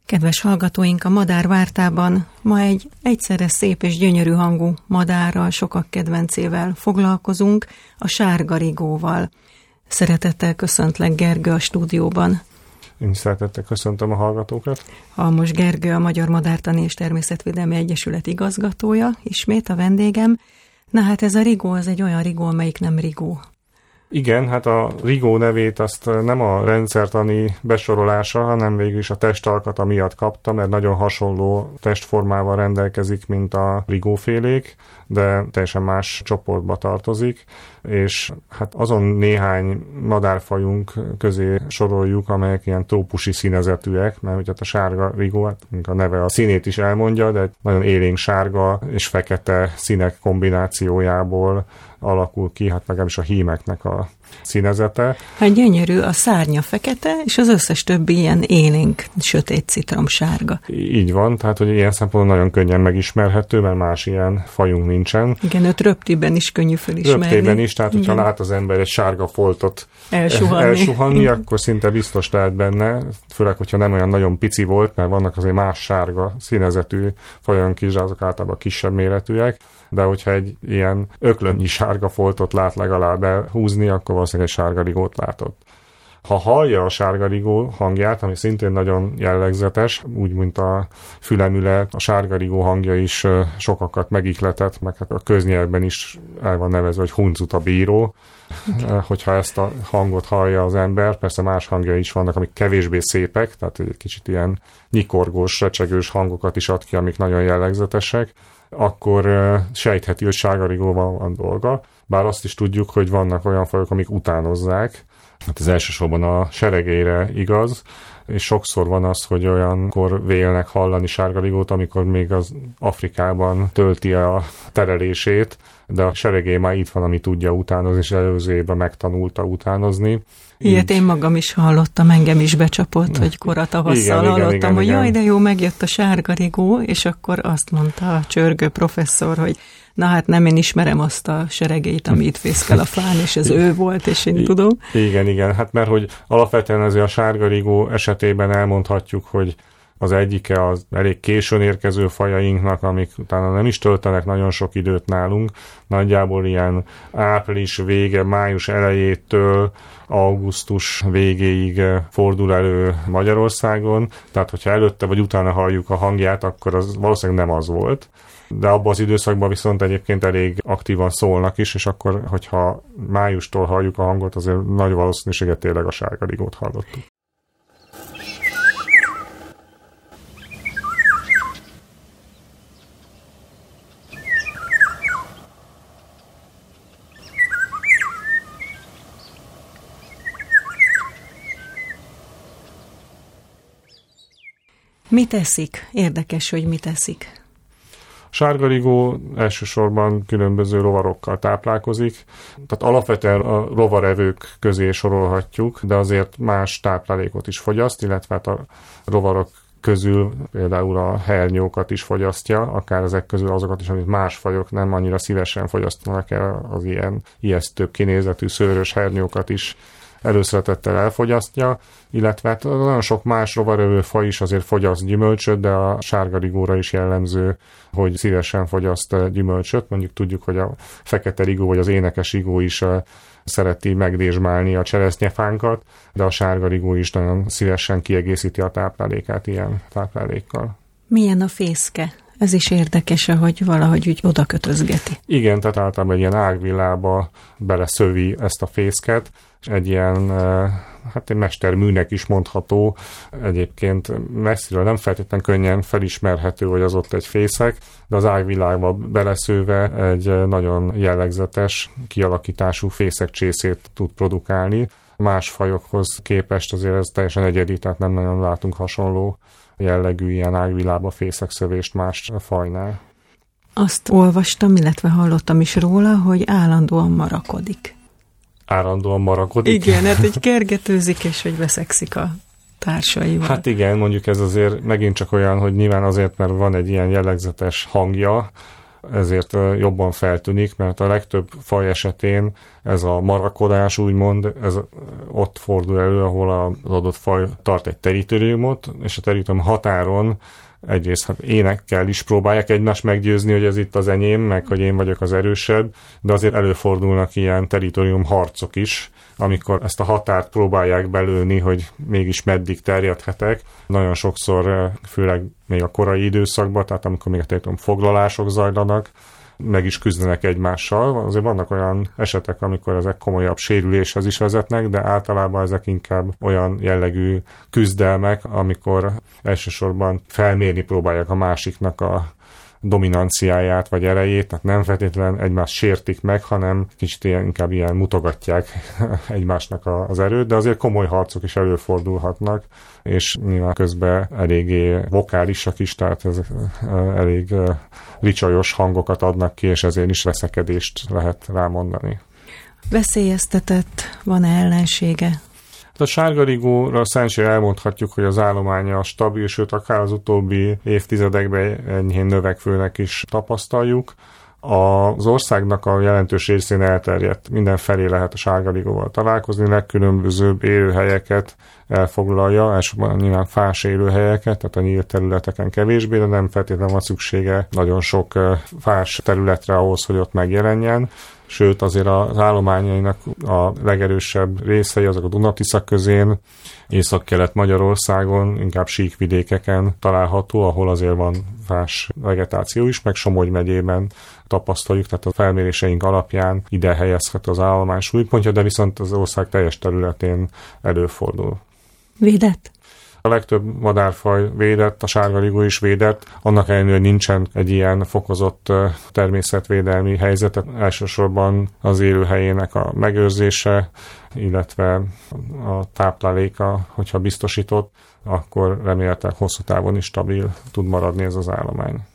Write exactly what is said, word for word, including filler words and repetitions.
Kedves hallgatóink, a madárvártában ma egy egyszerre szép és gyönyörű hangú madárral, sokak kedvencével foglalkozunk, a sárgarigóval. Szeretettel köszöntlek, Gergő, a stúdióban. Én is szeretettel köszöntöm a hallgatókat. Halmos Gergő, a Magyar Madártani és Természetvédelmi Egyesület igazgatója, ismét a vendégem. Na hát ez a rigó, az egy olyan rigó, amelyik nem rigó. Igen, hát a rigó nevét azt nem a rendszertani besorolása, hanem végül is a testalkata miatt kapta, mert nagyon hasonló testformával rendelkezik, mint a rigófélék, de teljesen más csoportba tartozik, és hát azon néhány madárfajunk közé soroljuk, amelyek ilyen trópusi színezetűek, mert ugye a sárga rigó, hát a neve a színét is elmondja, de nagyon élénk sárga és fekete színek kombinációjából alakul ki, hát legalábbis a hímeknek a színezete. Hát gyönyörű, a szárnya fekete, és az összes többi ilyen élénk, sötét citrom sárga. Így van, tehát hogy ilyen szempontból nagyon könnyen megismerhető, mert más ilyen fajunk nincsen. Igen, őt röptében is könnyű felismerni. Röptében is, tehát hogyha lát az ember egy sárga foltot elsuhanni, elsuhanni akkor szinte biztos lehet benne, főleg, hogyha nem olyan nagyon pici volt, mert vannak azért más sárga színezetű fajok is, azok általában kisebb méretűek, de hogyha egy ilyen öklömnyi sárga foltot lát legalább elhúzni, akkor valószínűleg egy sárgarigót látott. Ha hallja a sárgarigó hangját, ami szintén nagyon jellegzetes, úgy, mint a fülemüle, a sárgarigó hangja is sokakat megihletett, meg a köznyelvben is el van nevezve, hogy huncuta bíró. Hogyha ezt a hangot hallja az ember, persze más hangjai is vannak, amik kevésbé szépek, tehát egy kicsit ilyen nyikorgós, recsegős hangokat is ad ki, amik nagyon jellegzetesek, akkor sejtheti, hogy sárgarigóval van dolga, bár azt is tudjuk, hogy vannak olyan fajok, amik utánozzák. Hát ez elsősorban a seregélyre igaz, és sokszor van az, hogy olyankor vélnek hallani sárgarigót, amikor még az Afrikában tölti a terelését, de a seregély már itt van, ami tudja utánozni, és előző évben megtanulta utánozni. Ilyet én magam is hallottam, engem is becsapott, hogy kora tavasszal igen, hallottam, igen, igen, hogy igen. Jaj, de jó, megjött a sárgarigó, és akkor azt mondta a csörgő professzor, hogy na hát nem, én ismerem azt a seregélyt, ami itt fészkel a fán, és ez ő volt, és én tudom. Igen, igen, hát mert hogy alapvetően azért a sárgarigó esetében elmondhatjuk, hogy az egyike az elég későn érkező fajainknak, amik utána nem is töltenek nagyon sok időt nálunk, nagyjából ilyen április vége, május elejétől augusztus végéig fordul elő Magyarországon, tehát hogyha előtte vagy utána halljuk a hangját, akkor az valószínűleg nem az volt. De abban az időszakban viszont egyébként elég aktívan szólnak is, és akkor, hogyha májustól halljuk a hangot, azért nagy valószínűséget tényleg a sárgarigót hallottuk. Mit eszik? Érdekes, hogy mit eszik. Sárgarigó elsősorban különböző rovarokkal táplálkozik, tehát alapvetően a rovarevők közé sorolhatjuk, de azért más táplálékot is fogyaszt, illetve a rovarok közül például a hernyókat is fogyasztja, akár ezek közül azokat is, amit más fajok nem annyira szívesen fogyasztanak el, az ilyen ijesztőbb kinézetű szőrös hernyókat is előszeretettel elfogyasztja, illetve hát nagyon sok más rovarevő faj is azért fogyaszt gyümölcsöt, de a sárgarigóra is jellemző, hogy szívesen fogyaszt gyümölcsöt. Mondjuk tudjuk, hogy a fekete rigó vagy az énekes rigó is szereti megdésmálni a cseresznyefánkat, de a sárgarigó is nagyon szívesen kiegészíti a táplálékát ilyen táplálékkal. Milyen a fészke? Ez is érdekes, hogy valahogy úgy oda kötözgeti. Igen, tehát általában egy ilyen ágvillába beleszövi ezt a fészket, egy ilyen, hát egy mesterműnek is mondható, egyébként messziről nem feltétlenül könnyen felismerhető, hogy az ott egy fészek, de az ágvilágba beleszőve egy nagyon jellegzetes kialakítású fészekcsészét tud produkálni. Más fajokhoz képest azért ez teljesen egyedi, tehát nem nagyon látunk hasonló jellegű ilyen ágvilágba fészkszövést más fajnál. Azt olvastam, illetve hallottam is róla, hogy állandóan marakodik. Állandóan marakodik? Igen, hát egy kergetőzik, és hogy veszekszik a társaival. Hát igen, mondjuk ez azért megint csak olyan, hogy nyilván azért, mert van egy ilyen jellegzetes hangja, ezért jobban feltűnik, mert a legtöbb faj esetén ez a marakodás úgymond, ez ott fordul elő, ahol az adott faj tart egy teritoriumot, és a teritorium határon egyrészt hát énekkel is próbálják egymást meggyőzni, hogy ez itt az enyém, meg hogy én vagyok az erősebb, de azért előfordulnak ilyen teritorium harcok is, amikor ezt a határt próbálják belőni, hogy mégis meddig terjedhetek. Nagyon sokszor, főleg még a korai időszakban, tehát amikor még a teritorium foglalások zajlanak, meg is küzdenek egymással. Azért vannak olyan esetek, amikor ezek komolyabb sérüléshez is vezetnek, de általában ezek inkább olyan jellegű küzdelmek, amikor elsősorban felmérni próbálják a másiknak a dominanciáját vagy erejét, tehát nem feltétlenül egymást sértik meg, hanem kicsit ilyen, inkább ilyen mutogatják egymásnak a, az erőt, de azért komoly harcok is előfordulhatnak, és nyilván közben eléggé vokálisak is, tehát ez elég ricsajos hangokat adnak ki, és ezért is veszekedést lehet rámondani. Veszélyeztetett, van-e ellensége? A sárgarigóra szerencsére elmondhatjuk, hogy az állománya stabil, sőt akár az utóbbi évtizedekben enyhén növekvőnek is tapasztaljuk. Az országnak a jelentős részén elterjedt, mindenfelé lehet a sárgarigóval találkozni, legkülönbözőbb élőhelyeket elfoglalja, elsősorban nyilván fás élőhelyeket, tehát a nyílt területeken kevésbé, de nem feltétlenül van szüksége nagyon sok fás területre ahhoz, hogy ott megjelenjen. Sőt, azért az állományainak a legerősebb részei azok a Duna-Tisza közén, észak-kelet Magyarországon, inkább síkvidékeken található, ahol azért van fás vegetáció is, meg Somogy megyében tapasztaljuk, tehát a felméréseink alapján ide helyezhető az állomány súlypontja, de viszont az ország teljes területén előfordul. Védett? A legtöbb madárfaj védett, a sárgarigó is védett, annak ellenére, hogy nincsen egy ilyen fokozott természetvédelmi helyzet, elsősorban az élőhelyének a megőrzése, illetve a tápláléka, hogyha biztosított, akkor remélhetőleg hosszú távon is stabil tud maradni ez az állomány.